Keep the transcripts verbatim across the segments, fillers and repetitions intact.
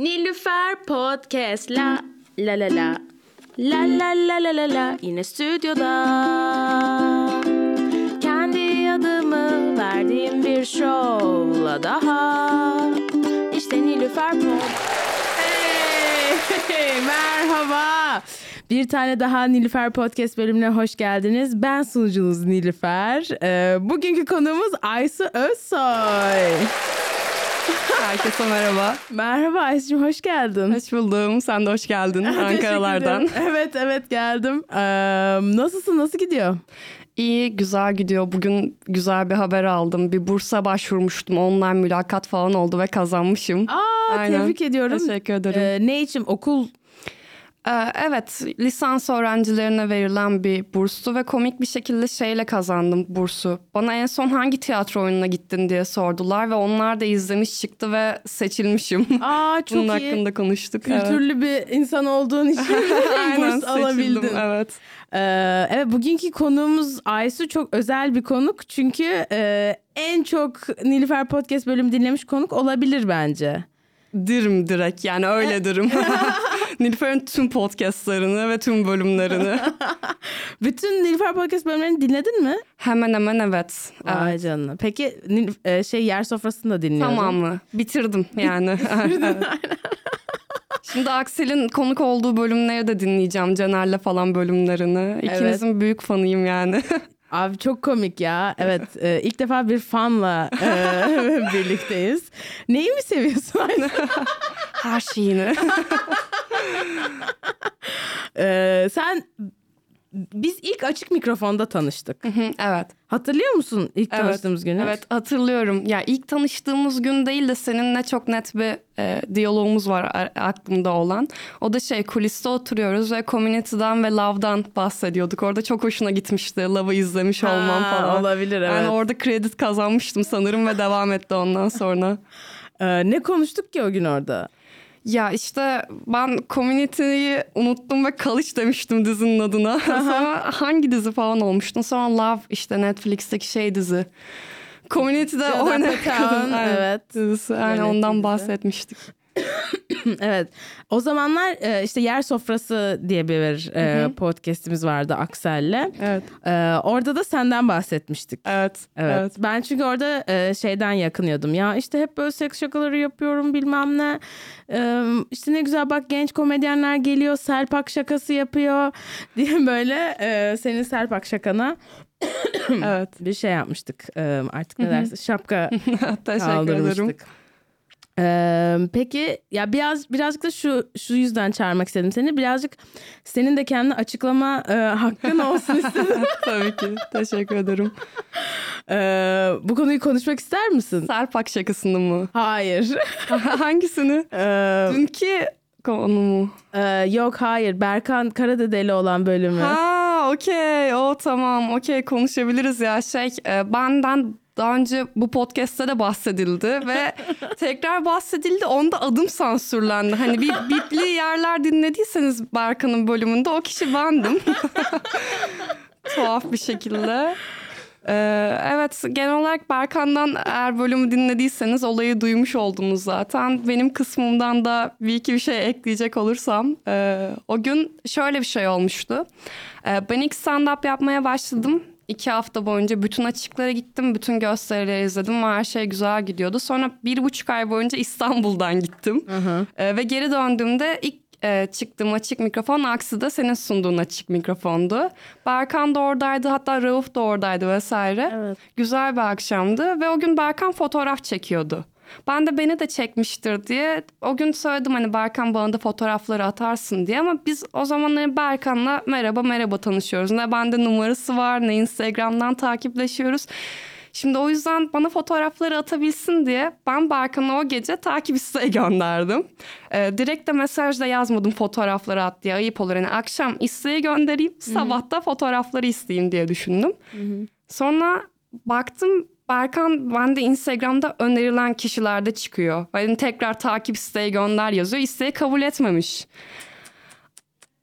Nilüfer Podcast la la la la la la la la la la yine stüdyoda. Kendi adımı verdiğim bir şovla daha. İşte Nilüfer Podcast. Hey, hey, merhaba. Bir tane daha Nilüfer Podcast bölümüne hoş geldiniz. Ben sunucunuz Nilüfer. Ee, bugünkü konuğumuz Aysu Özsoy. Herkese merhaba. Merhaba Aysu'cum, hoş geldin. Hoş buldum. Sen de hoş geldin Ankaralardan. Evet evet geldim. Ee, nasılsın? Nasıl gidiyor? İyi, güzel gidiyor. Bugün güzel bir haber aldım. Bir bursa başvurmuştum. Online mülakat falan oldu ve kazanmışım. Aa, Aynen. Tebrik ediyorum. Teşekkür ederim. Ee, ne için? Okul... Evet, lisans öğrencilerine verilen bir burstu ve komik bir şekilde şeyle kazandım bursu. Bana en son hangi tiyatro oyununa gittin diye sordular ve onlar da izlemiş çıktı ve seçilmişim. Aa, çok Bunun iyi. hakkında konuştuk. Kültürlü evet. bir insan olduğun için burs alabildin. Evet. Ee, evet, bugünkü konuğumuz Aysu çok özel bir konuk. Çünkü e, en çok Nilüfer Podcast bölümü dinlemiş konuk olabilir bence. Dirim direkt, yani öyle dirim. Nilüfer'in tüm podcastlarını ve tüm bölümlerini. Bütün Nilüfer Podcast bölümlerini dinledin mi? Hemen hemen evet. Vay evet. canına. Peki şey yer sofrasını da dinliyorum. Tamam mı? Bitirdim yani. Evet. Şimdi Aksel'in konuk olduğu bölümleri de dinleyeceğim. Caner'le falan bölümlerini. İkinizin evet. büyük fanıyım yani. Abi çok komik ya. Evet, e, ilk defa bir fanla e, birlikteyiz. Neyi mi seviyorsun? Her şeyini. e, sen biz ilk açık mikrofonda tanıştık. Evet. Hatırlıyor musun ilk evet. tanıştığımız günü? Evet, hatırlıyorum. Ya ilk tanıştığımız gün değil de seninle çok net bir e, diyalogumuz var aklımda olan. O da şey, kuliste oturuyoruz ve Community'den ve Love'dan bahsediyorduk. Orada çok hoşuna gitmişti. Love'ı izlemiş ha, olmam falan. Olabilir, evet. Yani orada kredi kazanmıştım sanırım ve devam etti ondan sonra. ee, ne konuştuk ki o gün orada? Ya işte ben Community'yi unuttum ve College demiştim dizinin adına. Sonra hangi dizi falan olmuştu. Sonra Love, işte Netflix'teki şey dizi. Community'de oynayan kadın. Evet. Dizisi. Yani evet, ondan dizisi. bahsetmiştik. Evet. O zamanlar işte Yer Sofrası diye bir Hı-hı. podcast'imiz vardı Aksel'le. Evet. Orada da senden bahsetmiştik. Evet, evet. Evet. Ben çünkü orada şeyden yakınıyordum. Ya işte hep böyle seks şakaları yapıyorum bilmem ne. İşte ne güzel bak genç komedyenler geliyor, Selpak şakası yapıyor diye böyle senin Selpak şakana evet. bir şey yapmıştık. Artık ne dersin? Şapka kaldırmıştık. Ee, peki ya biraz birazcık da şu şu yüzden çağırmak istedim seni. Birazcık senin de kendini açıklama e, hakkın olsun istedim. Tabii ki. Teşekkür ederim. Ee, bu konuyu konuşmak ister misin? Selpak şakasını mı? Hayır. Hangisini? Ee, Dünkü konu mu? E, yok hayır. Berkan Karadedeli olan bölümü. Ha okey. O tamam. Okey, konuşabiliriz ya. Şey e, benden daha önce bu podcast'te de bahsedildi ve tekrar bahsedildi. Onda adım sansürlendi. Hani bir bipli yerler dinlediyseniz Berkan'ın bölümünde o kişi bendim. Tuhaf bir şekilde. Ee, evet, genel olarak Berkan'dan eğer bölümü dinlediyseniz olayı duymuş oldunuz zaten. Benim kısmımdan da bir iki bir şey ekleyecek olursam. E, o gün şöyle bir şey olmuştu. E, ben ilk stand-up yapmaya başladım. İki hafta boyunca bütün açıklara gittim. Bütün gösterileri izledim ve her şey güzel gidiyordu. Sonra bir buçuk ay boyunca İstanbul'dan gittim. Hı hı. Ee, ve geri döndüğümde ilk e, çıktığım açık mikrofon Aksi'de senin sunduğun açık mikrofondu. Berkan da oradaydı, hatta Rauf da oradaydı vesaire. Evet. Güzel bir akşamdı ve o gün Berkan fotoğraf çekiyordu. Ben de beni de çekmiştir diye o gün söyledim, hani Berkan bana da fotoğrafları atarsın diye, ama biz o zamanlar Berkan'la merhaba merhaba tanışıyoruz. Ne bende numarası var ne Instagram'dan takipleşiyoruz. Şimdi o yüzden bana fotoğrafları atabilsin diye ben Berkan'a o gece takip isteği gönderdim. Ee, direkt de mesajda yazmadım fotoğrafları at diye, ayıp olur. Yani akşam isteği göndereyim, sabah da fotoğrafları isteyeyim diye düşündüm. Hı-hı. Sonra baktım Berkan bende Instagram'da önerilen kişilerde çıkıyor. Yani tekrar takip isteği gönder yazıyor. İsteği kabul etmemiş.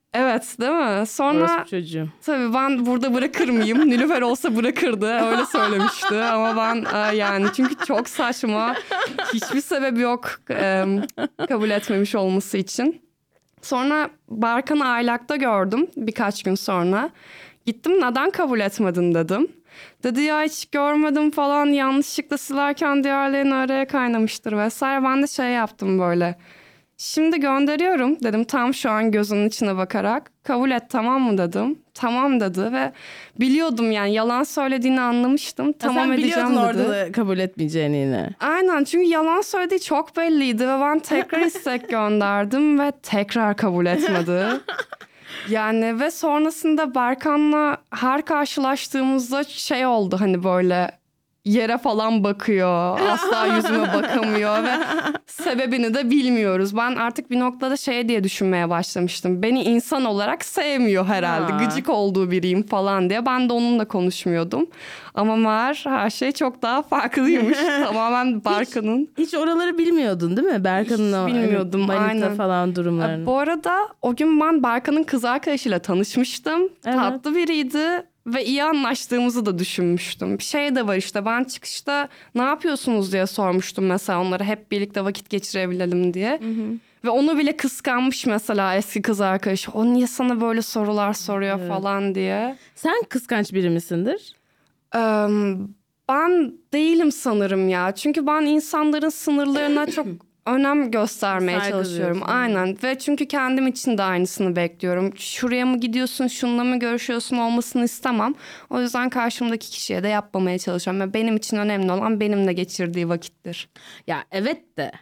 Evet, değil mi? Sonra Orospu çocuğu. tabii ben burada bırakır mıyım? Nilüfer olsa bırakırdı. Öyle söylemişti. Ama ben e, yani çünkü çok saçma. Hiçbir sebebi yok e, kabul etmemiş olması için. Sonra Barkan'ı Aylak'ta gördüm birkaç gün sonra. Gittim, neden kabul etmedin dedim. Dedi ya hiç görmedim falan, yanlışlıkla silerken diğerlerini araya kaynamıştır vesaire. Ben de şey yaptım böyle. Şimdi gönderiyorum dedim, tam şu an gözünün içine bakarak. Kabul et, tamam mı dedim. Tamam dedi ve biliyordum yani yalan söylediğini anlamıştım. Ha, tamam sen edeceğim biliyordun dedi. orada da kabul etmeyeceğini yine. Aynen, çünkü yalan söylediği çok belliydi ve ben tekrar istek gönderdim ve tekrar kabul etmedi. Yani ve sonrasında Berkan'la her karşılaştığımızda şey oldu, hani böyle yere falan bakıyor. Asla yüzüme bakamıyor ve sebebini de bilmiyoruz. Ben artık bir noktada şey diye düşünmeye başlamıştım. Beni insan olarak sevmiyor herhalde. Ha. Gıcık olduğu biriyim falan diye. Ben de onunla konuşmuyordum. Ama meğer her şey çok daha farklıymış. Tamamen Berkan'ın. Hiç oraları bilmiyordun değil mi? Berkan'ın o bilmiyordum, manita aynen. falan durumlarını. Bu arada o gün ben Berkan'ın kız arkadaşıyla tanışmıştım. Evet. Tatlı biriydi ve iyi anlaştığımızı da düşünmüştüm. Bir şey de var işte, ben çıkışta ne yapıyorsunuz diye sormuştum mesela onlara, hep birlikte vakit geçirebilelim diye. Hı hı. Ve onu bile kıskanmış mesela eski kız arkadaşı. O niye sana böyle sorular soruyor evet. falan diye. Sen kıskanç biri misindir? Ee, ben değilim sanırım ya. Çünkü ben insanların sınırlarına çok önem göstermeye Saygı çalışıyorum. duyuyorsun. Aynen. Ve çünkü kendim için de aynısını bekliyorum. Şuraya mı gidiyorsun, şununla mı görüşüyorsun olmasını istemem. O yüzden karşımdaki kişiye de yapmamaya çalışıyorum. Ve benim için önemli olan benimle geçirdiği vakittir. Ya evet de.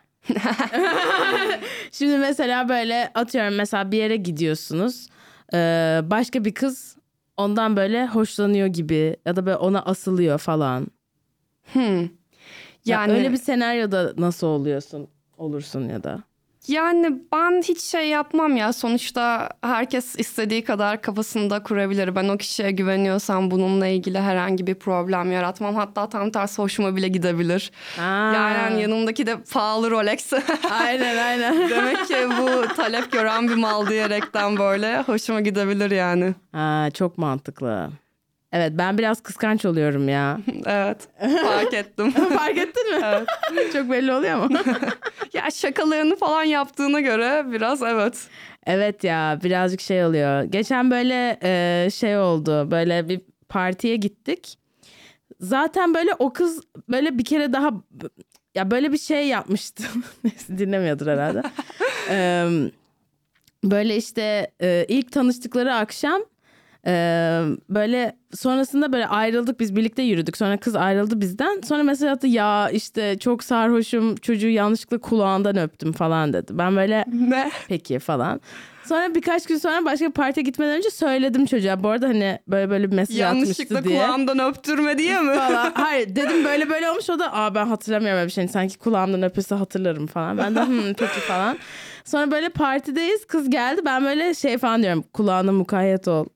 Şimdi mesela böyle atıyorum, mesela bir yere gidiyorsunuz. Ee, başka bir kız ondan böyle hoşlanıyor gibi ya da böyle ona asılıyor falan. Hmm. Yani Yani öyle bir senaryoda nasıl oluyorsun? Olursun ya da. Yani ben hiç şey yapmam ya. Sonuçta herkes istediği kadar kafasında kurabilir. Ben o kişiye güveniyorsam bununla ilgili herhangi bir problem yaratmam. Hatta tam tersi hoşuma bile gidebilir. Ha. Yani yanımdaki de pahalı Rolex. Aynen aynen. Demek ki bu talep gören bir mal diyerekten böyle hoşuma gidebilir yani. Ha, çok mantıklı. Evet, ben biraz kıskanç oluyorum ya. Evet, fark ettim. Fark ettin mi? Evet. Çok belli oluyor mu? Ya şakalarını falan yaptığına göre biraz evet. Evet ya, birazcık şey oluyor. Geçen böyle e, şey oldu. Böyle bir partiye gittik. Zaten böyle o kız böyle bir kere daha ya böyle bir şey yapmıştı. Neyse, dinlemiyordur herhalde. ee, böyle işte e, ilk tanıştıkları akşam Ee, böyle sonrasında böyle ayrıldık, biz birlikte yürüdük, sonra kız ayrıldı bizden, sonra mesela attı, ya işte çok sarhoşum, çocuğu yanlışlıkla kulağından öptüm falan dedi. Ben böyle ne peki falan. Sonra birkaç gün sonra başka bir partiye gitmeden önce söyledim çocuğa, bu arada hani böyle böyle bir mesaj atmıştı diye. Yanlışlıkla kulağımdan öptürme diye mi? Falan. Hayır dedim, böyle böyle olmuş, o da aa ben hatırlamıyorum öyle bir şey, sanki kulağımdan öpürse hatırlarım falan. Ben de hmm, peki falan. Sonra böyle partideyiz, kız geldi, ben böyle şey falan diyorum, kulağına mukayyet ol.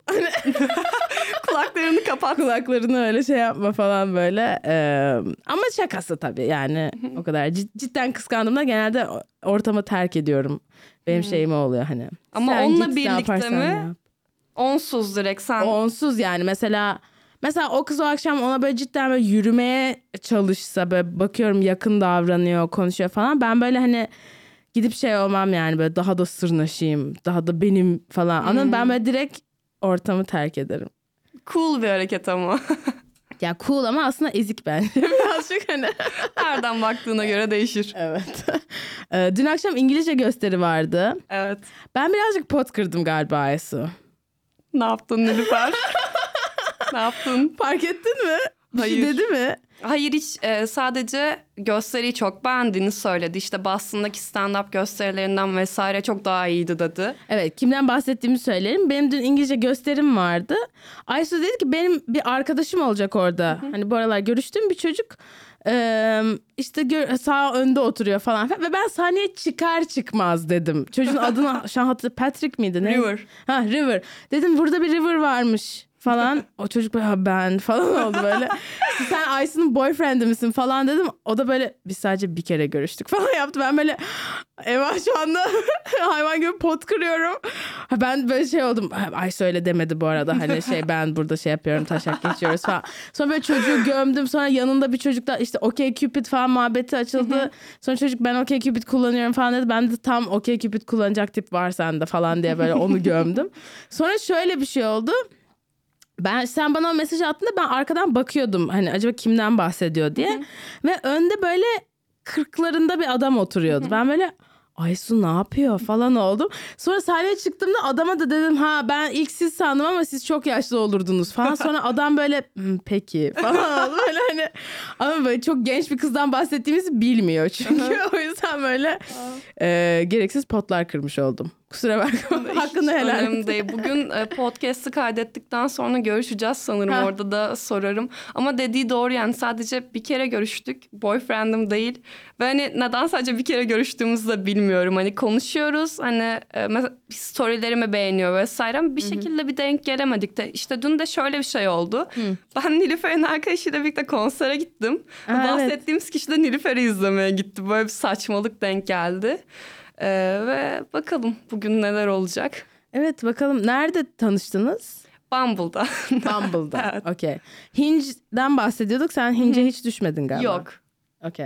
Kulaklarını kapat. Kulaklarını öyle şey yapma falan böyle. Ee, ama şakası tabii yani o kadar. Cid- cidden kıskandığımda genelde ortamı terk ediyorum. Benim şeyim oluyor hani. Ama Sen onunla git, ne birlikte yaparsan mi? yap. Onsuz direkt sen. Onsuz yani, mesela mesela o kız o akşam ona böyle cidden böyle yürümeye çalışsa, böyle bakıyorum yakın davranıyor, konuşuyor falan. Ben böyle hani gidip şey olmam yani, böyle daha da sırnaşayım, daha da benim falan. Hmm. Anladın? Ben böyle direkt ortamı terk ederim. Cool bir hareket ama. Ya cool ama aslında ezik bence. Birazcık hani. Nereden baktığına göre değişir. Evet. Dün akşam İngilizce gösteri vardı. Evet. Ben birazcık pot kırdım galiba Aysu. Ne yaptın Nilüfer? Ne yaptın? Fark ettin mi? Bir Hayır. şey dedi mi? Hayır, hiç e, sadece gösteriyi çok beğendiğini söyledi. İşte Boston'daki stand-up gösterilerinden vesaire çok daha iyiydi dedi. Evet, kimden bahsettiğimi söylerim. Benim dün İngilizce gösterim vardı. Aysu dedi ki benim bir arkadaşım olacak orada. Hı hı. Hani bu aralar görüştüğüm bir çocuk. Ee, işte gör, sağ önde oturuyor falan. Ve ben sahneye çıkar çıkmaz dedim. Çocuğun adını şu an hatırlıyorum. Patrick miydi? Ne? River. Ha, River. Dedim burada bir River varmış falan. O çocuk böyle "Ha, ben" falan oldu böyle. "Sen Aysun'un boyfriend'i misin?" falan dedim. O da böyle "Biz sadece bir kere görüştük" falan yaptı. Ben böyle eyvah şu anda hayvan gibi pot kırıyorum. Ha, ben böyle şey oldum. Aysu öyle demedi bu arada. Hani şey ben burada şey yapıyorum, taşak geçiyoruz falan. Sonra böyle çocuğu gömdüm. Sonra yanında bir çocuk da işte OkCupid falan muhabbeti açıldı. Sonra çocuk "Ben OkCupid kullanıyorum" falan dedi. Ben de tam OkCupid kullanacak tip var sende falan diye böyle onu gömdüm. Sonra şöyle bir şey oldu. Ben sen bana o mesajı attığında ben arkadan bakıyordum hani acaba kimden bahsediyor diye. Hı-hı. Ve önde böyle kırklarında bir adam oturuyordu. Hı-hı. Ben böyle Aysu ne yapıyor falan oldum. Sonra sahneye çıktığımda adama da dedim ha ben ilk siz sandım ama siz çok yaşlı olurdunuz falan. Sonra adam böyle peki falan oldu. Böyle hani ama böyle çok genç bir kızdan bahsettiğimizi bilmiyor çünkü. O yüzden böyle e, gereksiz potlar kırmış oldum. Kusura bakma. Hakkını helal et. Değil. Bugün podcast'ı kaydettikten sonra görüşeceğiz sanırım. Ha. Orada da sorarım. Ama dediği doğru yani sadece bir kere görüştük. Boyfriend'im değil. Ve hani neden sadece bir kere görüştüğümüzü de bilmiyorum. Hani konuşuyoruz. Hani mesela storylerimi beğeniyor vesaire ama bir Hı-hı. şekilde bir denk gelemedik de. İşte dün de şöyle bir şey oldu. Hı. Ben Nilüfer'in arkadaşıyla birlikte konsere gittim. Aa, bahsettiğimiz evet. kişi de Nilüfer'i izlemeye gitti. Böyle bir saçmalık denk geldi. Ee, ve bakalım bugün neler olacak. Evet bakalım. Nerede tanıştınız? Bumble'da. Bumble'da. Evet. Okey. Hinge'den bahsediyorduk. Sen Hinge'e hiç düşmedin galiba. Yok. Okey.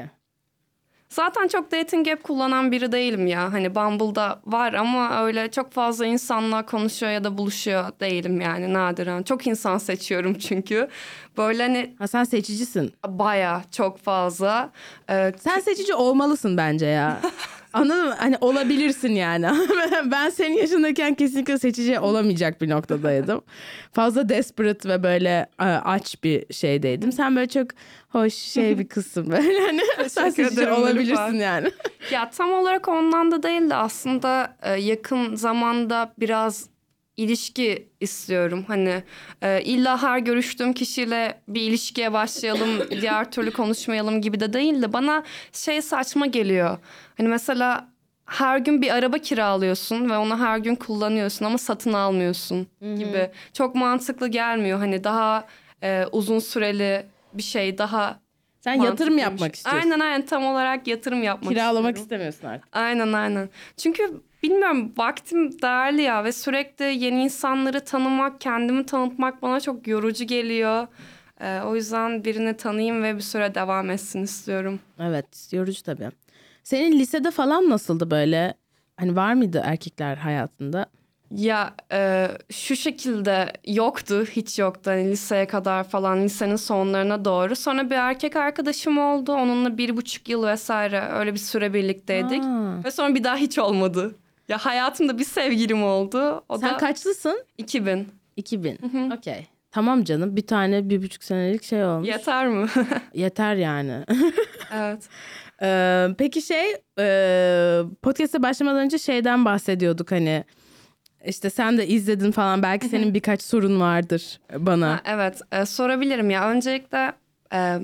Zaten çok dating app kullanan biri değilim ya. Hani Bumble'da var ama öyle çok fazla insanla konuşuyor ya da buluşuyor değilim yani nadiren. Çok insan seçiyorum çünkü. Böyle hani... Ha sen seçicisin. Bayağı çok fazla. Ee, sen seçici olmalısın bence ya. Anladın mı? Hani olabilirsin yani. Ben senin yaşındayken kesinlikle seçici olamayacak bir noktadaydım. Fazla desperate ve böyle aç bir şeydeydim. Sen böyle çok hoş şey bir kızsın böyle. Hani sen seçici olabilirsin yani. Ya tam olarak ondan da değil de aslında yakın zamanda biraz ilişki istiyorum. Hani e, illa her görüştüğüm kişiyle bir ilişkiye başlayalım, diğer türlü konuşmayalım gibi de değil de bana şey saçma geliyor. Hani mesela her gün bir araba kiralıyorsun ve onu her gün kullanıyorsun ama satın almıyorsun Hı-hı. gibi. Çok mantıklı gelmiyor. Hani daha e, uzun süreli bir şey daha Sen yatırım yapmak istiyorsun. Aynen aynen tam olarak yatırım yapmak Kiralamak istiyorum. istemiyorsun artık. Aynen aynen. Çünkü bilmiyorum vaktim değerli ya ve sürekli yeni insanları tanımak, kendimi tanıtmak bana çok yorucu geliyor. Ee, o yüzden birini tanıyayım ve bir süre devam etsin istiyorum. Evet, yorucu tabii. Senin lisede falan nasıldı böyle? Hani var mıydı erkekler hayatında? Ya e, şu şekilde yoktu, hiç yoktu. Hani liseye kadar falan, lisenin sonlarına doğru. Sonra bir erkek arkadaşım oldu. Onunla bir buçuk yıl vesaire öyle bir süre birlikteydik. Aa. Ve sonra bir daha hiç olmadı. Ya hayatımda bir sevgilim oldu. O Sen da kaçlısın? iki bin. iki bin. Okey. Tamam canım. Bir tane bir buçuk senelik şey olmuş. Yeter mi? Yeter yani. Evet. Ee, peki şey e, podcast'e başlamadan önce şeyden bahsediyorduk hani. İşte sen de izledin falan. Belki senin birkaç sorun vardır bana. Ha, evet. E, sorabilirim ya. Öncelikle e,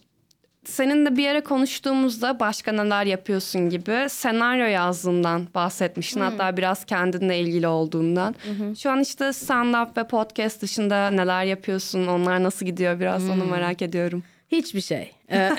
seninle bir yere konuştuğumuzda başka neler yapıyorsun gibi senaryo yazdığından bahsetmiştin. Hmm. Hatta biraz kendinle ilgili olduğundan. Hmm. Şu an işte stand-up ve podcast dışında neler yapıyorsun? Onlar nasıl gidiyor? Biraz hmm. onu merak ediyorum. Hiçbir şey.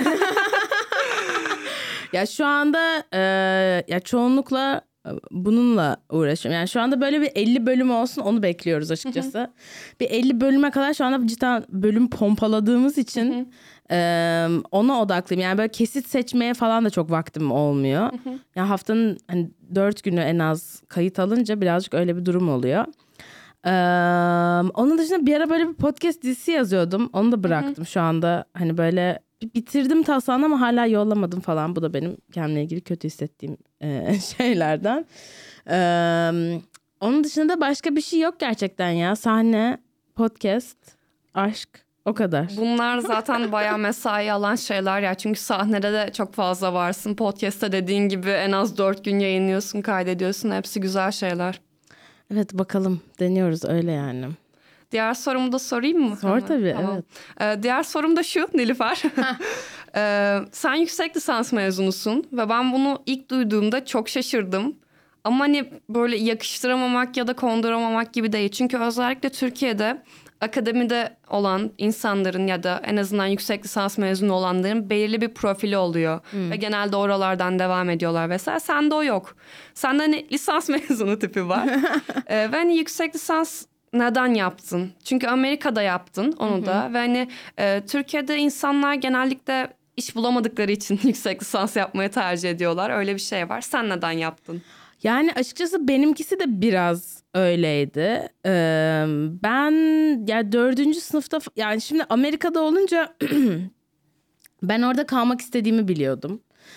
Ya şu anda e, ya çoğunlukla bununla uğraşıyorum. Yani şu anda böyle bir elli bölüm olsun onu bekliyoruz açıkçası. Hı hı. Bir elli bölüme kadar şu anda cidden bölüm pompaladığımız için hı hı. E, ona odaklıyım. Yani böyle kesit seçmeye falan da çok vaktim olmuyor. Hı hı. Yani haftanın hani dört günü en az kayıt alınca birazcık öyle bir durum oluyor. Ee, onun dışında bir ara böyle bir podcast dizisi yazıyordum. Onu da bıraktım hı hı. Şu anda. Hani böyle bitirdim taslağını ama hala yollamadım falan. Bu da benim kendimle ilgili kötü hissettiğim e, şeylerden. Ee, onun dışında başka bir şey yok gerçekten ya. Sahne, podcast, aşk, o kadar. Bunlar zaten bayağı mesai alan şeyler ya. Çünkü sahnede de çok fazla varsın. Podcast'ta dediğin gibi en az dört gün yayınlıyorsun, kaydediyorsun. Hepsi güzel şeyler. Evet bakalım deniyoruz öyle yani. Diğer sorumu da sorayım mı? Sor tabii tamam. Evet. Ee, diğer sorum da şu Nilüfer. ee, sen yüksek lisans mezunusun ve ben bunu ilk duyduğumda çok şaşırdım. Ama hani böyle yakıştıramamak ya da konduramamak gibi değil. Çünkü özellikle Türkiye'de akademide olan insanların ya da en azından yüksek lisans mezunu olanların belirli bir profili oluyor. Hmm. Ve genelde oralardan devam ediyorlar vesaire. Sende o yok. Sende hani lisans mezunu tipi var. ee, ve hani yüksek lisans neden yaptın? Çünkü Amerika'da yaptın onu Hı-hı. da. Ve hani e, Türkiye'de insanlar genellikle iş bulamadıkları için yüksek lisans yapmayı tercih ediyorlar. Öyle bir şey var. Sen neden yaptın? Yani açıkçası benimkisi de biraz öyleydi. Ee, ben ya dördüncü sınıfta yani şimdi Amerika'da olunca ben orada kalmak istediğimi biliyordum.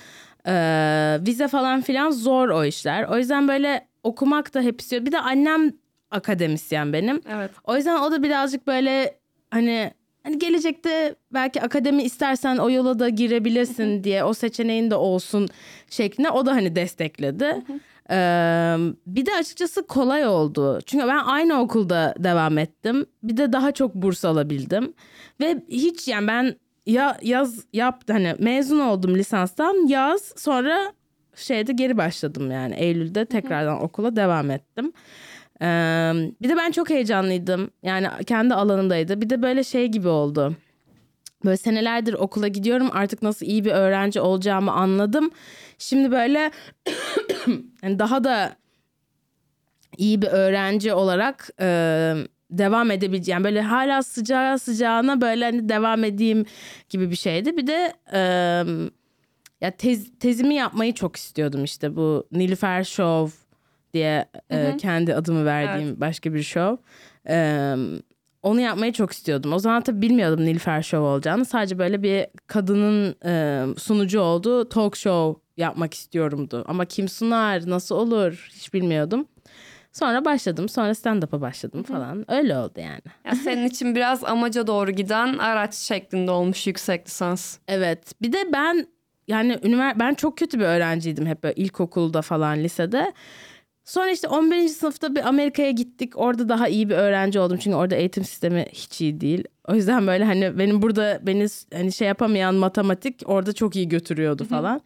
Ee, vize falan filan zor o işler. O yüzden böyle okumak da hep istiyor. Bir de annem akademisyen benim. Evet. O yüzden o da birazcık böyle hani hani gelecekte belki akademi istersen o yola da girebilirsin diye o seçeneğin de olsun şeklinde o da hani destekledi. Ee, bir de açıkçası kolay oldu. Çünkü ben aynı okulda devam ettim. Bir de daha çok burs alabildim. Ve hiç yani ben ya yaz yaptı hani mezun oldum lisanstan yaz sonra şeyde geri başladım yani Eylül'de tekrardan okula devam ettim. Ee, bir de ben çok heyecanlıydım. Yani kendi alanımdaydı. Bir de böyle şey gibi oldu. Böyle senelerdir okula gidiyorum. Artık nasıl iyi bir öğrenci olacağımı anladım. Şimdi böyle yani daha da iyi bir öğrenci olarak e, devam edebileceğim. Böyle hala sıcağı sıcağına böyle hani devam edeyim gibi bir şeydi. Bir de e, ya tez, tezimi yapmayı çok istiyordum işte bu Nilüfer Show diye e, kendi adımı verdiğim evet. başka bir show. E, onu yapmayı çok istiyordum. O zaman tabii bilmiyordum Nilüfer Show olacağını. Sadece böyle bir kadının e, sunucu olduğu talk show yapmak istiyorumdu. Ama kim sunar, nasıl olur hiç bilmiyordum. Sonra başladım. Sonra stand-up'a başladım falan. Öyle oldu yani. Ya senin için biraz amaca doğru giden araç şeklinde olmuş yüksek lisans. Evet. Bir de ben yani ünivers- ben çok kötü bir öğrenciydim hep böyle ilkokulda falan lisede. Sonra işte on birinci sınıfta bir Amerika'ya gittik. Orada daha iyi bir öğrenci oldum. Çünkü orada eğitim sistemi hiç iyi değil. O yüzden böyle hani benim burada beni hani şey yapamayan matematik orada çok iyi götürüyordu falan.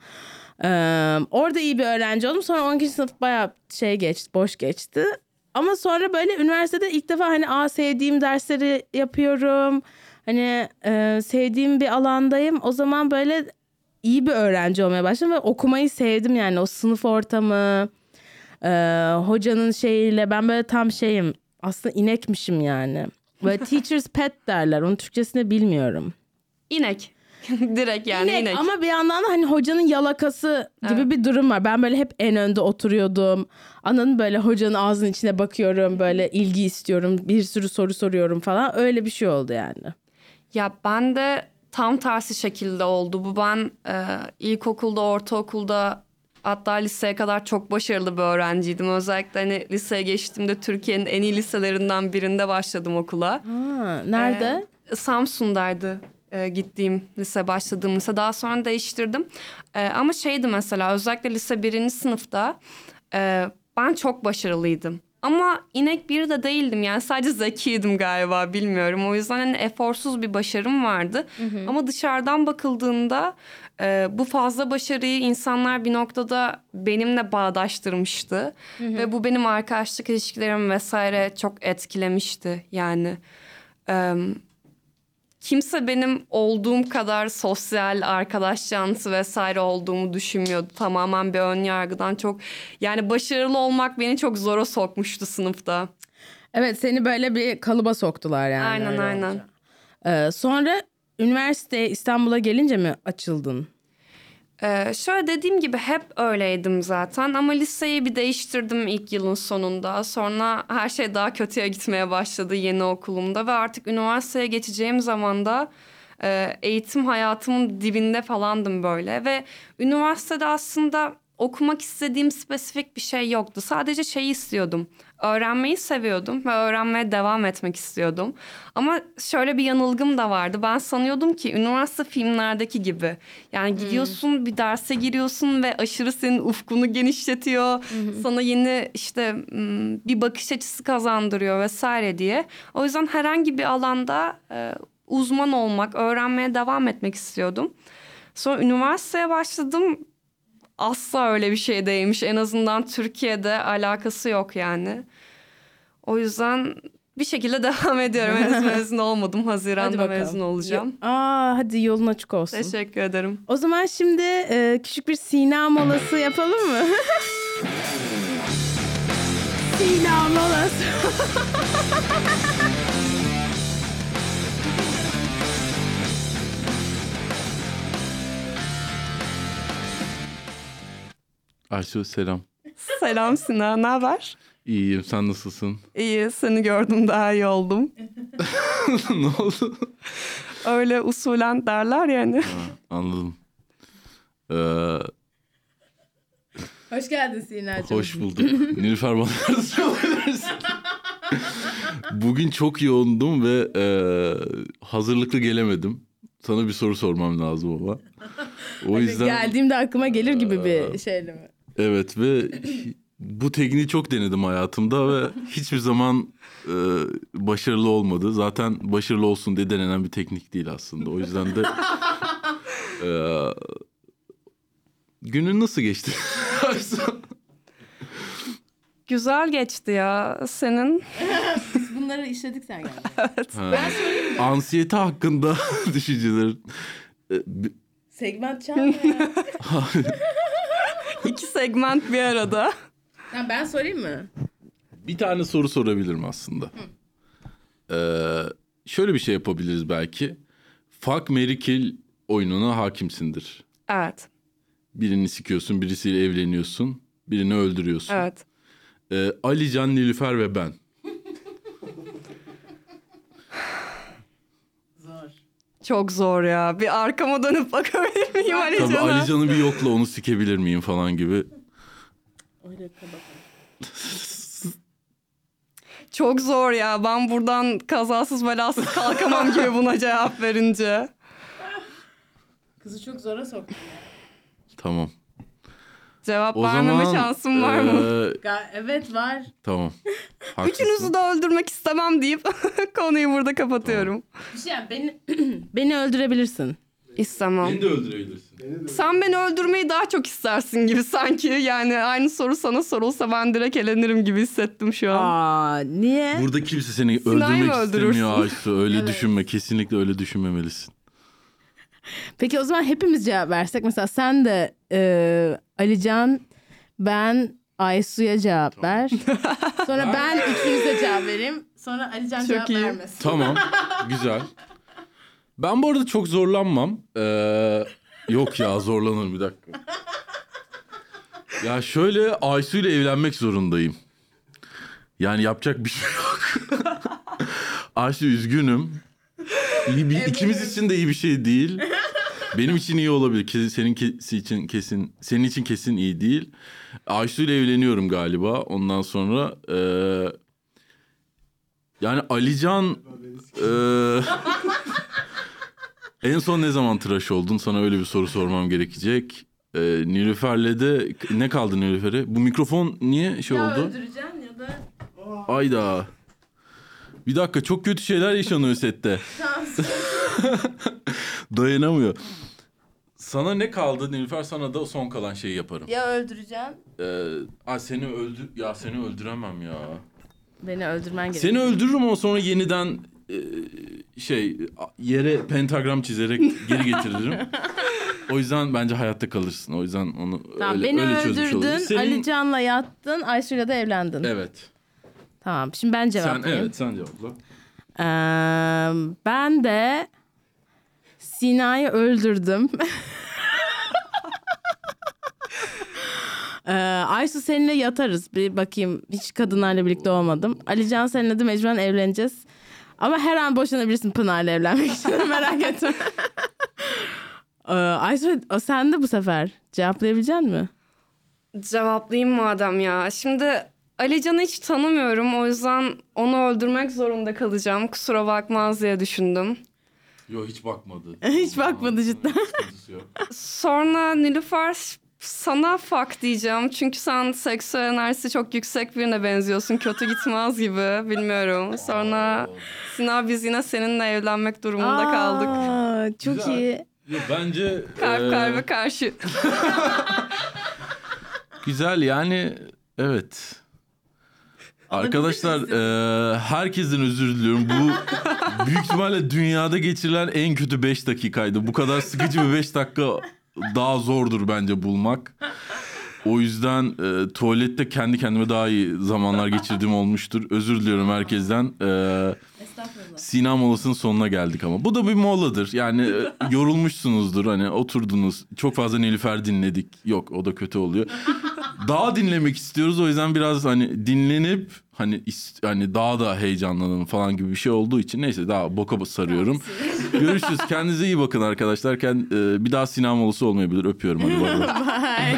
Ee, orada iyi bir öğrenci oldum. Sonra on ikinci sınıf bayağı şey geçti, boş geçti. Ama sonra böyle üniversitede ilk defa hani aa sevdiğim dersleri yapıyorum. Hani e, sevdiğim bir alandayım. O zaman böyle iyi bir öğrenci olmaya başladım ve okumayı sevdim yani o sınıf ortamı. Ee, hocanın şeyiyle ben böyle tam şeyim aslında inekmişim yani. Böyle teacher's pet derler. Onun Türkçesini bilmiyorum. İnek. Direkt yani inek, inek. Ama bir yandan da hani hocanın yalakası gibi evet. bir durum var. Ben böyle hep en önde oturuyordum. Anladın böyle hocanın ağzının içine bakıyorum. Böyle ilgi istiyorum. Bir sürü soru soruyorum falan. Öyle bir şey oldu yani. Ya ben de tam tersi şekilde oldu. Bu ben e, ilkokulda, ortaokulda hatta liseye kadar çok başarılı bir öğrenciydim. Özellikle hani liseye geçtiğimde Türkiye'nin en iyi liselerinden birinde başladım okula. Ha, nerede? Ee, Samsun'daydı e, gittiğim lise, başladığım lise. Daha sonra değiştirdim. E, ama şeydi mesela özellikle lise birinci sınıfta e, ben çok başarılıydım. Ama inek biri de değildim yani sadece zekiydim galiba bilmiyorum. O yüzden hani eforsuz bir başarım vardı. Hı hı. Ama dışarıdan bakıldığında e, bu fazla başarıyı insanlar bir noktada benimle bağdaştırmıştı. Hı hı. Ve bu benim arkadaşlık ilişkilerimi vesaire çok etkilemişti yani. E, kimse benim olduğum kadar sosyal, arkadaş canlısı vesaire olduğumu düşünmüyordu. Tamamen bir ön yargıdan çok yani başarılı olmak beni çok zora sokmuştu sınıfta. Evet seni böyle bir kalıba soktular yani. Aynen aynen. Ee, sonra üniversiteye İstanbul'a gelince mi açıldın? Ee, şöyle dediğim gibi hep öyleydim zaten ama liseyi bir değiştirdim ilk yılın sonunda. Sonra her şey daha kötüye gitmeye başladı yeni okulumda ve artık üniversiteye geçeceğim zaman da e, eğitim hayatımın dibinde falandım böyle. Ve üniversitede aslında okumak istediğim spesifik bir şey yoktu. Sadece şeyi istiyordum. Öğrenmeyi seviyordum ve öğrenmeye devam etmek istiyordum. Ama şöyle bir yanılgım da vardı. Ben sanıyordum ki üniversite filmlerdeki gibi. Yani gidiyorsun hmm. bir derse giriyorsun ve aşırı senin ufkunu genişletiyor. Hmm. Sana yeni işte bir bakış açısı kazandırıyor vesaire diye. O yüzden herhangi bir alanda e, uzman olmak, öğrenmeye devam etmek istiyordum. Sonra üniversiteye başladım. Asla öyle bir şey değilmiş. En azından Türkiye'de alakası yok yani. O yüzden bir şekilde devam ediyorum. Henüz mezun olmadım. Hadi Haziran'da bakalım. mezun olacağım. Aa, hadi yolun açık olsun. Teşekkür ederim. O zaman şimdi e, küçük bir Sina molası yapalım mı? Sina molası. Ayşe selam. Selam Sinan, ne haber? İyiyim, sen nasılsın? İyi, seni gördüm daha iyi oldum. Ne oldu? Öyle usulen derler yani. Ha, anladım. Ee, Hoş geldin Sina'cığım. hoş bulduk. Nilüfer bana yardımcı olabilir misin? Bugün çok yoğundum ve e, hazırlıklı gelemedim. Sana bir soru sormam lazım ama. O yüzden... Geldiğimde aklıma gelir gibi bir şeydi mi? Evet ve bu tekniği çok denedim hayatımda ve hiçbir zaman e, başarılı olmadı. Zaten başarılı olsun diye denenen bir teknik değil aslında. O yüzden de e, günün nasıl geçti? Güzel geçti ya senin. Biz bunları işledik sen geldin. Evet. Ha. Ansiyete hakkında düşüncelerin. E, bi- Segment çalma ya. İki segment bir arada. Ya ben sorayım mı? Bir tane soru sorabilirim aslında. Ee, şöyle bir şey yapabiliriz belki. Fuck, marry, kill oyununa hakimsindir. Evet. Birini sikiyorsun, birisiyle evleniyorsun, birini öldürüyorsun. Evet. Ee, Ali Can, Nilüfer ve ben. Zor. Çok zor ya. Bir arkama dönüp bakabilir miyim Ali Tabii Can'a? Ali Can'ı bir yokla, onu sikebilir miyim falan gibi. Öyle bakalım. Çok zor ya. Ben buradan kazasız belasız kalkamam gibi buna cevap verince. Kızı çok zora soktum. Tamam. Cevap O vermeme zaman şansım var mı? e, Ga- evet var. tamam. Haklısın. Üçünüzü de öldürmek istemem deyip konuyu burada kapatıyorum. Bir şey yap, beni, beni öldürebilirsin. İstemem. Beni de öldürebilirsin. Sen beni öldürmeyi daha çok istersin gibi sanki. Yani aynı soru sana sorulsa ben direkt elenirim gibi hissettim şu an. Aa, niye? Burada kimse seni Sinay'ı öldürmek mı öldürürsün? istemiyor Aysu. Öyle Evet. düşünme. Kesinlikle öyle düşünmemelisin. Peki o zaman hepimiz cevap versek. Mesela sen de e, Alican, ben Aysu'ya cevap ver. Sonra ben üçünüze cevap vereyim. Sonra Alican Çok cevap iyi. vermesin. Tamam. Güzel. Ben bu arada çok zorlanmam. Ee, yok ya, zorlanırım bir dakika. Ya şöyle, Aysu ile evlenmek zorundayım. Yani yapacak bir şey yok. Aysu, üzgünüm. İyi bir, ikimiz için de iyi bir şey değil. Benim için iyi olabilir. Kesin, senin ke- için kesin, senin için kesin iyi değil. Aysu ile evleniyorum galiba. Ondan sonra e, yani Alican e, en son ne zaman tıraş oldun? Sana öyle bir soru sormam gerekecek. E, Nilüfer'le de ne kaldı Nilüfer'e? Bu mikrofon niye şey Ya oldu? öldüreceğim ya da... Ayda. Bir dakika, çok kötü şeyler yaşanıyor sette. Dayanamıyor. Sana ne kaldı Nilüfer? Sana da son kalan şeyi yaparım. Ya öldüreceğim. Ee, aa, seni öldür ya seni öldüremem ya. Beni öldürmen gerekiyor. Seni öldürürüm ama sonra yeniden e, şey yere pentagram çizerek geri getiririm. O yüzden bence hayatta kalırsın. O yüzden onu Tamam, öyle, beni öyle çözmüş oluruz. öldürdün, Senin... Alican'la yattın, Aysu'yla da evlendin. Evet. Tamam, şimdi ben Sen cevaplayayım. evet sen cevapla. Ee, ben de Sina'yı öldürdüm. ee, Aysu seninle yatarız. Bir bakayım, hiç kadınlarla birlikte olmadım. Alican seninle de mecburen evleneceğiz. Ama her an boşanabilirsin Pınar'la evlenmek için. Merak etme. ee, Aysu sen de bu sefer cevaplayabilecek misin? Cevaplayayım madem ya. Şimdi Alican'ı hiç tanımıyorum. O yüzden onu öldürmek zorunda kalacağım. Kusura bakmaz diye düşündüm. Yok, hiç bakmadı. Hiç bakmadı cidden. Sıkıntısı yok. Sonra Nilüfer, sana fuck diyeceğim. Çünkü sen seksüel enerjisi çok yüksek birine benziyorsun. Kötü gitmez gibi, bilmiyorum. Sonra Sinan, biz yine seninle evlenmek durumunda kaldık. Aa, çok Güzel. iyi. Yok, bence Kalp e, kalbe karşı. güzel yani, evet. Arkadaşlar e, herkesten özür diliyorum. Bu büyük ihtimalle dünyada geçirilen en kötü beş dakikaydı. Bu kadar sıkıcı bir beş dakika daha zordur bence bulmak. O yüzden e, tuvalette kendi kendime daha iyi zamanlar geçirdiğim olmuştur. Özür diliyorum herkesten. E, Sina molasının sonuna geldik ama. Bu da bir moladır. Yani e, yorulmuşsunuzdur. Hani oturdunuz. Çok fazla Nilüfer dinledik. Yok, o da kötü oluyor. Daha dinlemek istiyoruz. O yüzden biraz hani dinlenip hani hani daha da heyecanlanalım falan gibi bir şey olduğu için neyse daha boka sarıyorum. Görüşürüz. Kendinize iyi bakın arkadaşlar. Kend- e, bir daha Sina molası olmayabilir. Öpüyorum. Hadi bay bay.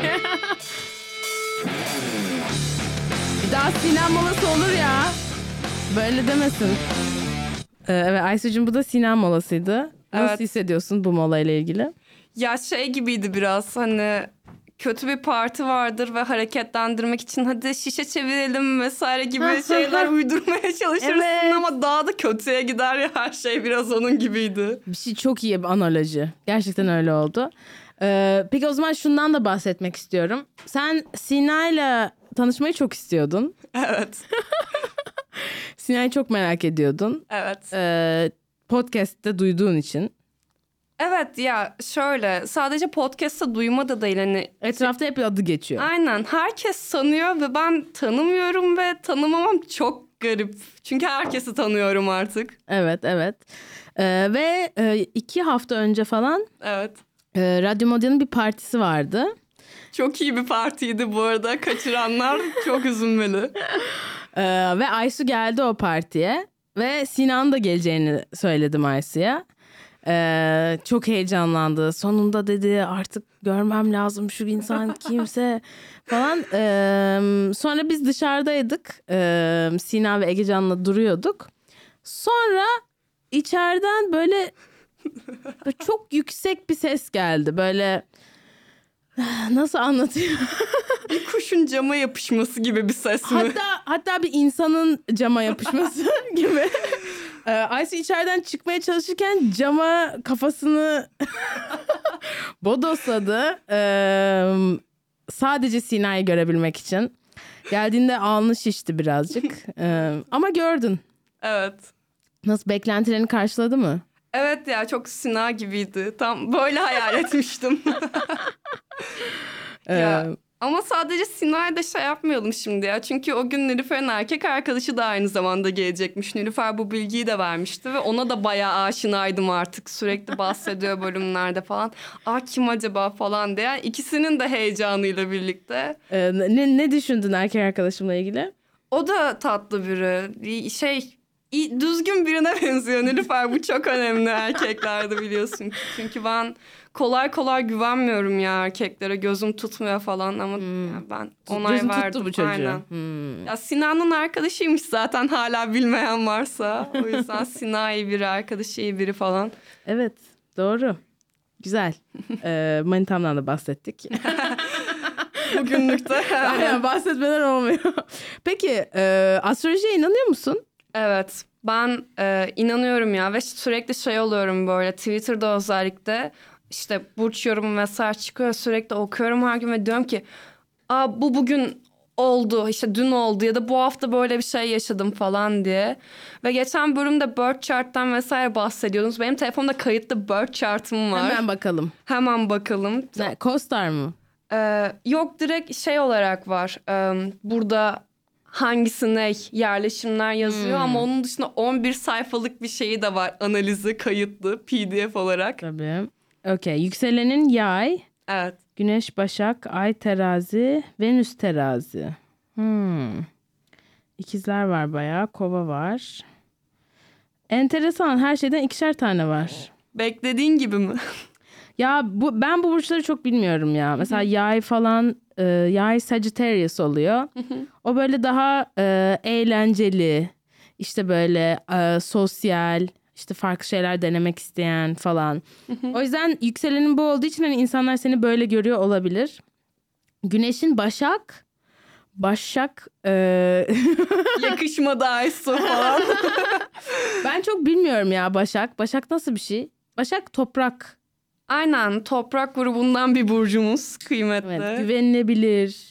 Bir daha Sinan molası olur ya. Böyle demesin. Ee, evet Aysu'cum, bu da Sinan molasıydı. Nasıl Evet. hissediyorsun bu molayla ilgili? Ya şey gibiydi biraz, hani kötü bir parti vardır ve hareketlendirmek için hadi şişe çevirelim vesaire gibi şeyler uydurmaya çalışırsın Evet. ama daha da kötüye gider ya, her şey biraz onun gibiydi. Bir şey, çok iyi bir analoji. Gerçekten öyle oldu. Ee, peki o zaman şundan da bahsetmek istiyorum. Sen Sina'yla tanışmayı çok istiyordun. Evet. Sina'yı çok merak ediyordun. Evet. Ee, podcast'te duyduğun için. Evet ya şöyle, sadece podcast'ta duyma da değil, hani Etrafta hep adı geçiyor. aynen herkes sanıyor ve ben tanımıyorum ve tanımamam çok garip. Çünkü herkesi tanıyorum artık. Evet, evet. Ee, ve e, iki hafta önce falan Evet. e, Radyo Modya'nın bir partisi vardı. Çok iyi bir partiydi bu arada. Kaçıranlar çok üzülmeli. Ee, ve Aysu geldi o partiye. Ve Sinan'ın da geleceğini söyledim Aysu'ya. Ee, çok heyecanlandı. Sonunda dedi artık görmem lazım şu insan kimse falan. Ee, sonra biz dışarıdaydık. Ee, Sinan ve Egecan'la duruyorduk. Sonra içeriden böyle, böyle çok yüksek bir ses geldi. Böyle nasıl anlatayım? Bir kuşun cama yapışması gibi bir ses mi? Hatta hatta bir insanın cama yapışması gibi. Ee, Aysu içeriden çıkmaya çalışırken cama kafasını bodosladı. Ee, sadece Sina'yı görebilmek için. Geldiğinde alnı şişti birazcık. Ee, ama gördün. Evet. Nasıl, beklentilerini karşıladı mı? Evet ya, çok Sina gibiydi. Tam böyle hayal etmiştim. Ya, Ee, ama sadece Sina'ya da şey yapmayalım şimdi ya. Çünkü o gün Nilüfer'in erkek arkadaşı da aynı zamanda gelecekmiş. Nilüfer bu bilgiyi de vermişti ve ona da bayağı aşinaydım artık. Sürekli bahsediyor bölümlerde falan. Aa, kim acaba falan diye. Yani ikisinin de heyecanıyla birlikte. e, ne, ne düşündün erkek arkadaşımla ilgili? O da tatlı biri. Bir Şey... İyi, düzgün birine benziyor Nilüfer. Bu çok önemli erkeklerde, biliyorsun ki. Çünkü ben kolay kolay güvenmiyorum ya erkeklere. Gözüm tutmuyor falan ama Hmm. ya ben onay Gözün verdim. tuttu bu çocuğu. Aynen. Hmm. Ya Sinan'ın arkadaşıymış zaten, hala bilmeyen varsa. O yüzden Sinan iyi biri, arkadaşı iyi biri falan. Evet, doğru. Güzel. Ee, Manitam'dan da bahsettik. Bugünlük de. Aynen, bahsetmeden olmuyor. Peki e, astrolojiye inanıyor musun? Evet, ben e, inanıyorum ya ve sürekli şey oluyorum böyle Twitter'da özellikle, işte burç yorumu vesaire çıkıyor, sürekli okuyorum her gün ve diyorum ki aa, bu bugün oldu, işte dün oldu ya da bu hafta böyle bir şey yaşadım falan diye. Ve geçen bölümde birth chart'tan vesaire bahsediyordunuz. Benim telefonumda kayıtlı birth chart'ım var. Hemen bakalım. Hemen bakalım. Ne, CoStar mı? Ee, yok, direkt şey olarak var. Ee, burada hangisine yerleşimler yazıyor Hmm. ama onun dışında on bir sayfalık bir şeyi de var. Analizi kayıtlı P D F olarak. Tabii. Okey. Yükselenin Yay, Evet. Güneş Başak, Ay Terazi, Venüs Terazi. Hmm. İkizler var bayağı. Kova var. Enteresan. Her şeyden ikişer tane var. Beklediğin gibi mi? Ya bu, ben bu burçları çok bilmiyorum ya. Mesela Yay falan, e, Yay Sagittarius oluyor. O böyle daha e, eğlenceli, işte böyle e, sosyal, işte farklı şeyler denemek isteyen falan. O yüzden yükselenin bu olduğu için hani insanlar seni böyle görüyor olabilir. Güneşin Başak, Başak. E, Yakışmadı Aysu falan. ben çok bilmiyorum ya Başak. Başak nasıl bir şey? Başak toprak. Aynen, toprak grubundan bir burcumuz, kıymetli. Evet, güvenilebilir.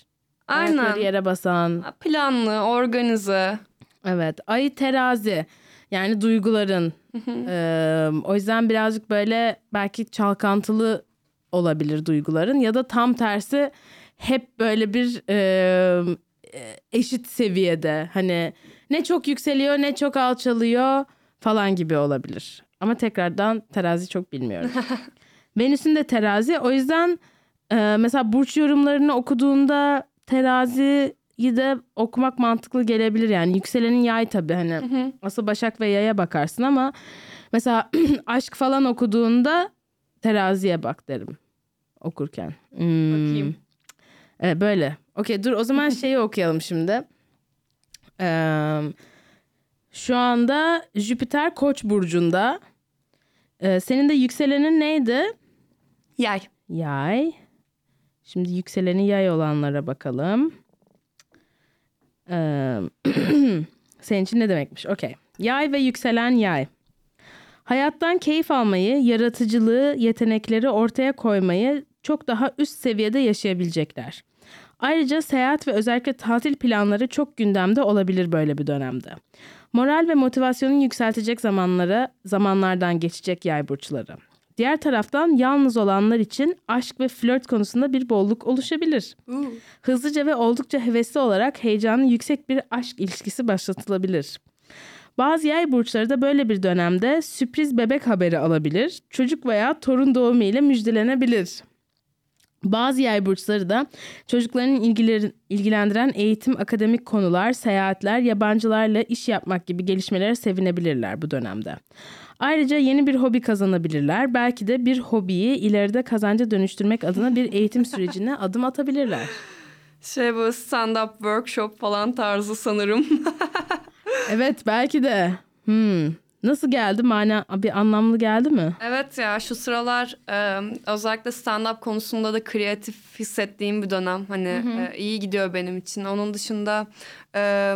Aynen. Ayakları yere basan. Planlı, organize. Evet. Ay terazi. Yani duyguların. Ee, o yüzden birazcık böyle belki çalkantılı olabilir duyguların. Ya da tam tersi hep böyle bir e, eşit seviyede. Hani ne çok yükseliyor ne çok alçalıyor falan gibi olabilir. Ama tekrardan terazi çok bilmiyorum. Venüs'ün de terazi. O yüzden e, mesela burç yorumlarını okuduğunda teraziyi de okumak mantıklı gelebilir. Yani yükselenin yay tabii hani. Hı hı. Asıl Başak ve Yay'a bakarsın ama mesela aşk falan okuduğunda teraziye bak derim okurken. Hmm. Bakayım. Evet, böyle. Okey dur o zaman şeyi okuyalım şimdi. Ee, şu anda Jüpiter Koç burcunda. Ee, senin de yükselenin neydi? Yay. Yay. Şimdi yükseleni yay olanlara bakalım. Ee, senin için ne demekmiş? Okey. Yay ve yükselen yay. Hayattan keyif almayı, yaratıcılığı, yetenekleri ortaya koymayı çok daha üst seviyede yaşayabilecekler. Ayrıca seyahat ve özellikle tatil planları çok gündemde olabilir böyle bir dönemde. Moral ve motivasyonu yükseltecek zamanlara, zamanlardan geçecek yay burçları. Diğer taraftan yalnız olanlar için aşk ve flört konusunda bir bolluk oluşabilir. Uh. Hızlıca ve oldukça hevesli olarak heyecanı yüksek bir aşk ilişkisi başlatılabilir. Bazı yay burçları da böyle bir dönemde sürpriz bebek haberi alabilir, çocuk veya torun doğumu ile müjdelenebilir. Bazı yay burçları da çocuklarının ilgileri, ilgilendiren eğitim, akademik konular, seyahatler, yabancılarla iş yapmak gibi gelişmelere sevinebilirler bu dönemde. Ayrıca yeni bir hobi kazanabilirler. Belki de bir hobiyi ileride kazanca dönüştürmek adına bir eğitim sürecine adım atabilirler. Şey bu stand-up workshop falan tarzı sanırım. Evet belki de. Hmm. Nasıl geldi? Mana bir anlamlı geldi mi? Evet ya şu sıralar e, özellikle stand-up konusunda da kreatif hissettiğim bir dönem. Hani e, iyi gidiyor benim için. Onun dışında e,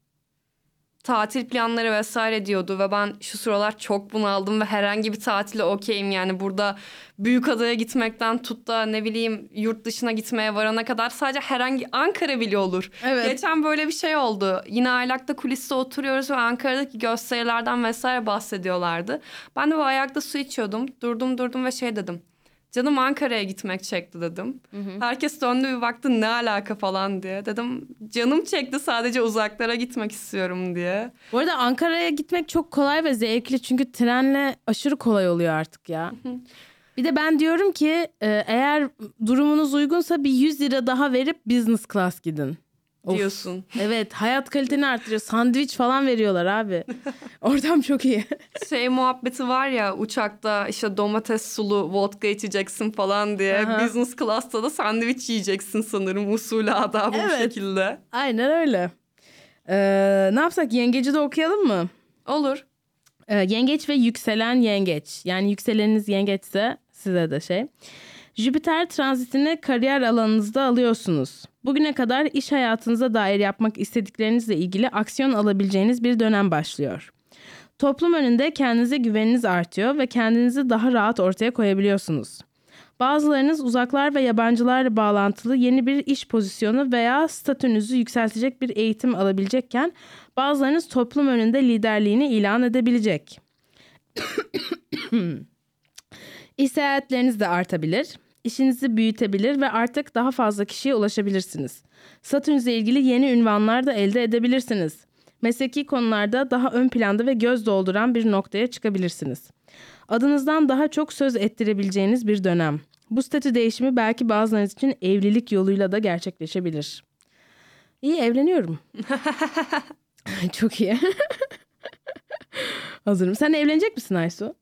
tatil planları vesaire diyordu ve ben şu sıralar çok bunaldım ve herhangi bir tatile okeyim. Yani burada Büyükada'ya gitmekten tut da ne bileyim yurt dışına gitmeye varana kadar sadece herhangi Ankara bile olur. Evet. Geçen böyle bir şey oldu. Yine Aylak'ta kuliste oturuyoruz ve Ankara'daki gösterilerden vesaire bahsediyorlardı. Ben de bu ayakta su içiyordum. Durdum durdum ve şey dedim. Canım Ankara'ya gitmek çekti dedim. Hı hı. Herkes döndü bir baktı ne alaka falan diye. Dedim canım çekti sadece uzaklara gitmek istiyorum diye. Bu arada Ankara'ya gitmek çok kolay ve zevkli. Çünkü trenle aşırı kolay oluyor artık ya. Hı hı. Bir de ben diyorum ki eğer durumunuz uygunsa bir yüz lira daha verip business class gidin. Of. Diyorsun. Evet hayat kaliteni arttırıyor. Sandviç falan veriyorlar abi. Ortam çok iyi. Şey muhabbeti var ya uçakta işte domates sulu vodka içeceksin falan diye. Aha. Business class'ta da sandviç yiyeceksin sanırım usulü adabı evet. Bu şekilde. Aynen öyle. Ee, ne yapsak yengeci de okuyalım mı? Olur. Ee, yengeç ve yükselen yengeç. Yani yükseleniniz yengeçse size de şey. Jüpiter transitini kariyer alanınızda alıyorsunuz. Bugüne kadar iş hayatınıza dair yapmak istediklerinizle ilgili aksiyon alabileceğiniz bir dönem başlıyor. Toplum önünde kendinize güveniniz artıyor ve kendinizi daha rahat ortaya koyabiliyorsunuz. Bazılarınız uzaklar ve yabancılarla bağlantılı yeni bir iş pozisyonu veya statünüzü yükseltecek bir eğitim alabilecekken bazılarınız toplum önünde liderliğini ilan edebilecek. İş seyahatleriniz de artabilir. İşinizi büyütebilir ve artık daha fazla kişiye ulaşabilirsiniz. Satürn'le ilgili yeni ünvanlar da elde edebilirsiniz. Mesleki konularda daha ön planda ve göz dolduran bir noktaya çıkabilirsiniz. Adınızdan daha çok söz ettirebileceğiniz bir dönem. Bu statü değişimi belki bazılarınız için evlilik yoluyla da gerçekleşebilir. İyi evleniyorum. Çok iyi. Hazırım. Sen evlenecek misin Aysu?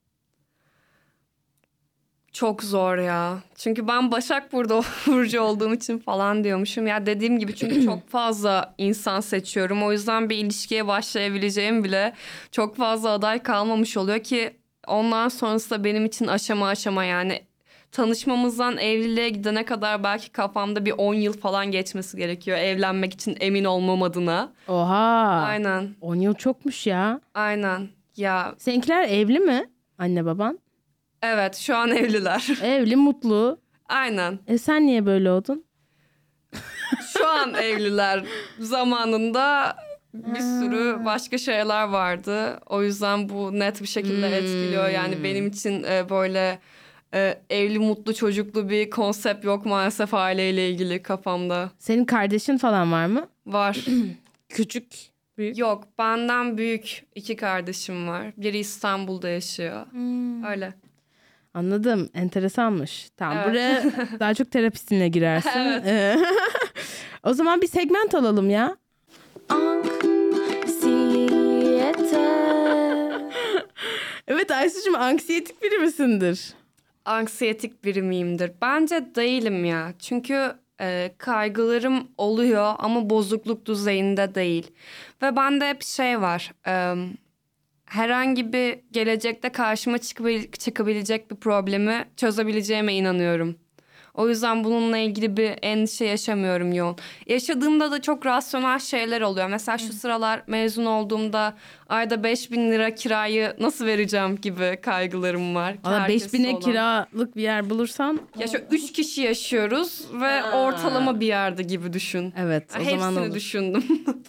Çok zor ya. Çünkü ben Başak burada burcu olduğum için falan diyormuşum. Ya dediğim gibi çünkü çok fazla insan seçiyorum. O yüzden bir ilişkiye başlayabileceğim bile çok fazla aday kalmamış oluyor ki ondan sonrası da benim için aşama aşama yani tanışmamızdan evliliğe gidene kadar belki kafamda bir on yıl falan geçmesi gerekiyor evlenmek için emin olmam adına. Oha. Aynen. on yıl çokmuş ya. Aynen. Ya. Seninkiler evli mi? Anne baban? Evet şu an evliler. Evli, mutlu. Aynen. E sen niye böyle oldun? Şu şu an evliler. Zamanında bir sürü başka şeyler vardı. O yüzden bu net bir şekilde Hmm. etkiliyor. Yani benim için e, böyle e, evli, mutlu, çocuklu bir konsept yok maalesef aileyle ilgili kafamda. Senin kardeşin falan var mı? Var. Küçük, büyük. Yok, benden büyük iki kardeşim var. Biri İstanbul'da yaşıyor. Öyle. Anladım. Enteresanmış. Tamam, Evet. buraya daha çok terapistinle girersin. Evet. Ee, O zaman bir segment alalım ya. Anksiyete. Evet Aysu'cum, anksiyetik biri misindir? Anksiyetik biri miyimdir? Bence değilim ya. Çünkü e, kaygılarım oluyor ama bozukluk düzeyinde değil. Ve bende hep şey var. E, herhangi bir gelecekte karşıma çıkabil- çıkabilecek bir problemi çözebileceğime inanıyorum. O yüzden bununla ilgili bir endişe yaşamıyorum yoğun. Yaşadığımda da çok rasyonel şeyler oluyor. Mesela şu sıralar mezun olduğumda ayda beş bin lira kirayı nasıl vereceğim gibi kaygılarım var. Valla Herkeste beş bine olan. kiralık bir yer bulursan. Ya şu üç kişi yaşıyoruz ve Ha. ortalama bir yerde gibi düşün. Evet, o Hepsini zaman olur. düşündüm.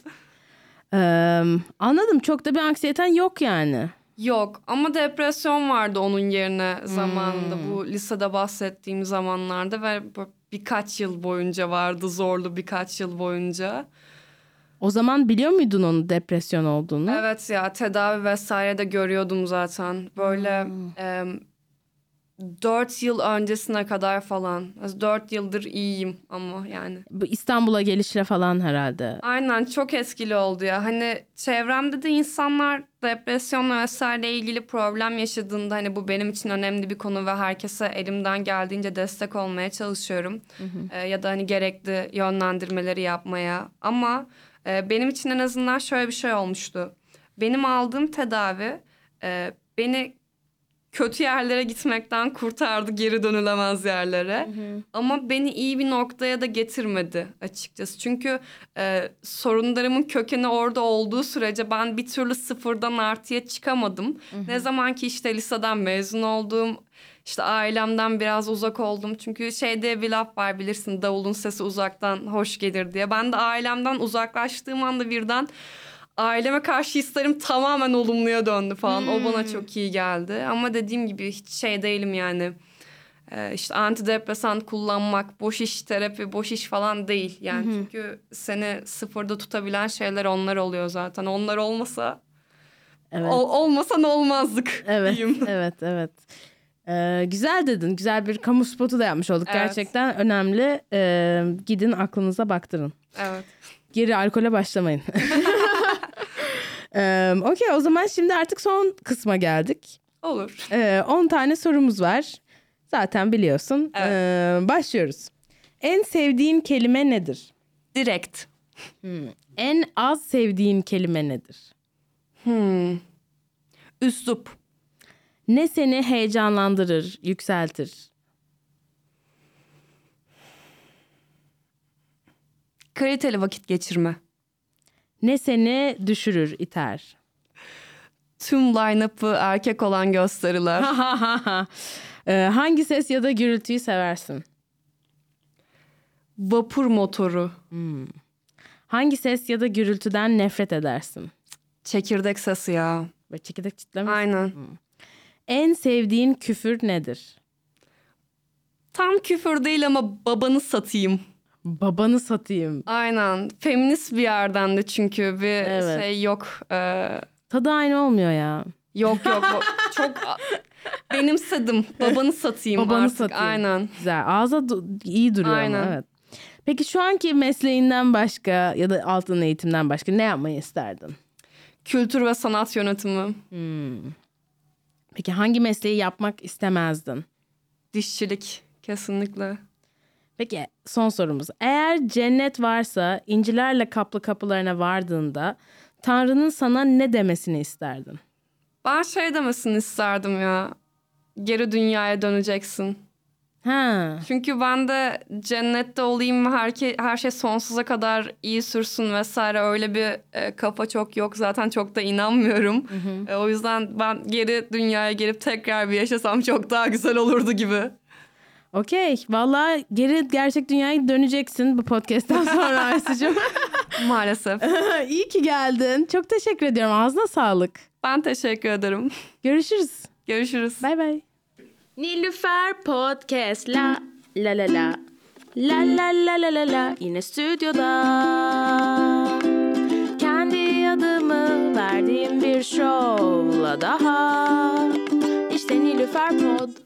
Ee, anladım, çok da bir anksiyeten yok yani. Yok ama depresyon vardı onun yerine zamanında bu lisede bahsettiğim zamanlarda ve bu birkaç yıl boyunca vardı, zorlu birkaç yıl boyunca. O zaman biliyor muydun onun depresyon olduğunu? Evet ya, tedavi vesaire de görüyordum zaten. Böyle e, dört yıl öncesine kadar falan. Dört yıldır iyiyim ama yani. Bu İstanbul'a gelişle falan herhalde. Aynen, çok etkili oldu ya. Hani çevremde de insanlar depresyonla vesaire ilgili problem yaşadığında hani bu benim için önemli bir konu ve herkese elimden geldiğince destek olmaya çalışıyorum. Ee, ya da hani gerekli yönlendirmeleri yapmaya. Ama e, benim için en azından şöyle bir şey olmuştu. Benim aldığım tedavi e, beni kötü yerlere gitmekten kurtardı, geri dönülemez yerlere. Ama beni iyi bir noktaya da getirmedi açıkçası. Çünkü e, sorunlarımın kökeni orada olduğu sürece ben bir türlü sıfırdan artıya çıkamadım. Ne zaman ki işte liseden mezun oldum, işte ailemden biraz uzak oldum. Çünkü şey diye bir laf var, bilirsin, davulun sesi uzaktan hoş gelir diye. Ben de ailemden uzaklaştığım anda birden aileme karşı hislerim tamamen olumluya döndü falan. Hmm. O bana çok iyi geldi. Ama dediğim gibi hiç şey değilim yani. Ee, işte antidepresan kullanmak, boş iş terapi, boş iş falan değil. Yani hmm. çünkü seni sıfırda tutabilen şeyler onlar oluyor zaten. Onlar olmasa, Evet. ol, olmasa ne olmazdık. Evet, diyeyim. evet, evet. Ee, güzel dedin. Güzel bir kamu spotu da yapmış olduk. Evet. Gerçekten önemli. Ee, gidin aklınıza baktırın. Evet. Geri alkole başlamayın. Ee, Okey, o zaman şimdi artık son kısma geldik. Olur. Ee, on tane sorumuz var. Zaten biliyorsun. Evet. Ee, başlıyoruz. En sevdiğin kelime nedir? Direkt. Hmm. En az sevdiğin kelime nedir? Hmm. Üslup. Ne seni heyecanlandırır, yükseltir? Kaliteli vakit geçirme. Ne seni düşürür, iter? Tüm line-up'ı erkek olan gösteriler. ee, hangi ses ya da gürültüyü seversin? Vapur motoru. Hmm. Hangi ses ya da gürültüden nefret edersin? Çekirdek sesi ya. Böyle çekirdek çitleme. Aynen. Hmm. En sevdiğin küfür nedir? Tam küfür değil ama babanı satayım. Babanı satayım. Aynen. Feminist bir yerden de çünkü bir Evet. şey yok. Ee, Tadı aynı olmuyor ya. yok yok. Çok benimsedim. Babanı satayım Babanı artık. satayım. Aynen. Güzel. Ağza du- iyi duruyor Aynen. ama evet. Peki şu anki mesleğinden başka ya da altın eğitimden başka ne yapmayı isterdin? Kültür ve sanat yönetimi. Hmm. Peki hangi mesleği yapmak istemezdin? Dişçilik. Kesinlikle. Peki son sorumuz. Eğer cennet varsa incilerle kaplı kapılarına vardığında Tanrı'nın sana ne demesini isterdin? Ben şey demesini isterdim ya. Geri dünyaya döneceksin. Ha. Çünkü ben de cennette olayım ve her, her şey sonsuza kadar iyi sürsün vesaire, öyle bir e, kafa çok yok. Zaten çok da inanmıyorum. Hı hı. E, o yüzden ben geri dünyaya gelip tekrar bir yaşasam çok daha güzel olurdu gibi. Okey. Valla geri gerçek dünyaya döneceksin bu podcast'ten sonra Aysu'cum. Maalesef. İyi ki geldin. Çok teşekkür ediyorum. Ağzına sağlık. Ben teşekkür ederim. Görüşürüz. Görüşürüz. Bay bay. Nilüfer Podcast la la la la. La la la la la la. Yine stüdyoda. Kendi adımı verdiğim bir şovla daha. İşte Nilüfer Pod.